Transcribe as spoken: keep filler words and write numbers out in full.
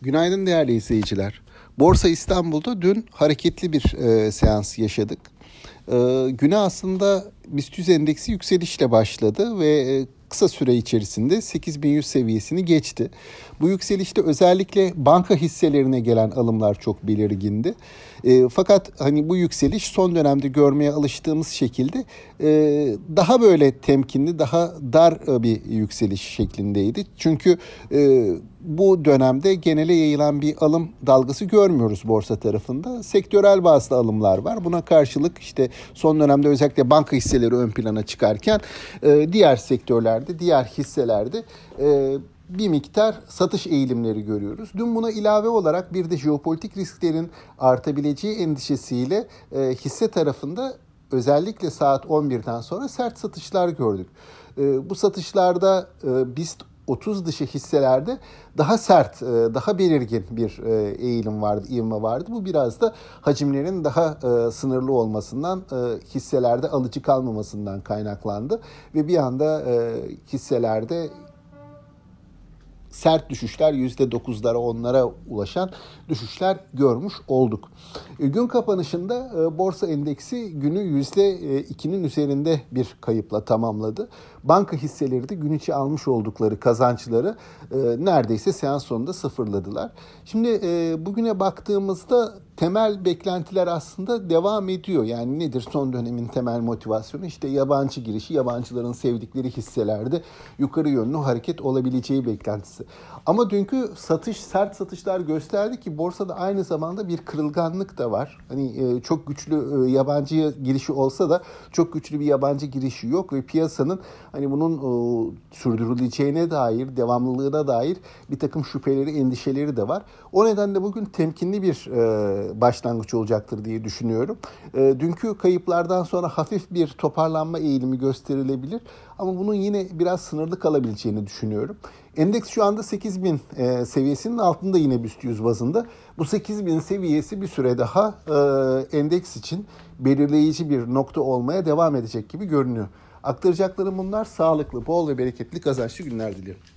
Günaydın değerli izleyiciler. Borsa İstanbul'da dün hareketli bir e, seans yaşadık. E, güne aslında BIST yüz endeksi yükselişle başladı ve e, kısa süre içerisinde sekiz bin yüz seviyesini geçti. Bu yükselişte özellikle banka hisselerine gelen alımlar çok belirgindi. E, fakat hani bu yükseliş son dönemde görmeye alıştığımız şekilde e, daha böyle temkinli, daha dar bir yükseliş şeklindeydi. Çünkü e, bu dönemde genele yayılan bir alım dalgası görmüyoruz borsa tarafında. Sektörel bazı alımlar var. Buna karşılık işte son dönemde özellikle banka hisseleri ön plana çıkarken e, diğer sektörlerde, diğer hisselerde e, bir miktar satış eğilimleri görüyoruz. Dün buna ilave olarak bir de jeopolitik risklerin artabileceği endişesiyle e, hisse tarafında özellikle saat on birden sonra sert satışlar gördük. E, bu satışlarda e, BIST otuz dışı hisselerde daha sert, daha belirgin bir eğilim vardı, ivme vardı. Bu biraz da hacimlerin daha sınırlı olmasından, hisselerde alıcı kalmamasından kaynaklandı. Ve bir anda hisselerde sert düşüşler, yüzde dokuzlara onlara ulaşan düşüşler görmüş olduk. Gün kapanışında borsa endeksi günü yüzde ikinin üzerinde bir kayıpla tamamladı. Banka hisseleri de gün içi almış oldukları kazançları neredeyse seans sonunda sıfırladılar. Şimdi bugüne baktığımızda temel beklentiler aslında devam ediyor. Yani nedir son dönemin temel motivasyonu? İşte yabancı girişi, yabancıların sevdikleri hisselerde yukarı yönlü hareket olabileceği beklentisi. Ama dünkü satış, sert satışlar gösterdi ki borsada aynı zamanda bir kırılganlık da var. Hani çok güçlü yabancı girişi olsa da çok güçlü bir yabancı girişi yok ve piyasanın hani bunun sürdürüleceğine dair, devamlılığına dair bir takım şüpheleri, endişeleri de var. O nedenle bugün temkinli bir başlangıç olacaktır diye düşünüyorum. E, dünkü kayıplardan sonra hafif bir toparlanma eğilimi gösterilebilir ama bunun yine biraz sınırlı kalabileceğini düşünüyorum. Endeks şu anda sekiz bin e, seviyesinin altında yine BIST yüz bazında. Bu sekiz bin seviyesi bir süre daha e, endeks için belirleyici bir nokta olmaya devam edecek gibi görünüyor. Aktaracaklarım bunlar. Sağlıklı, bol ve bereketli kazançlı günler diliyorum.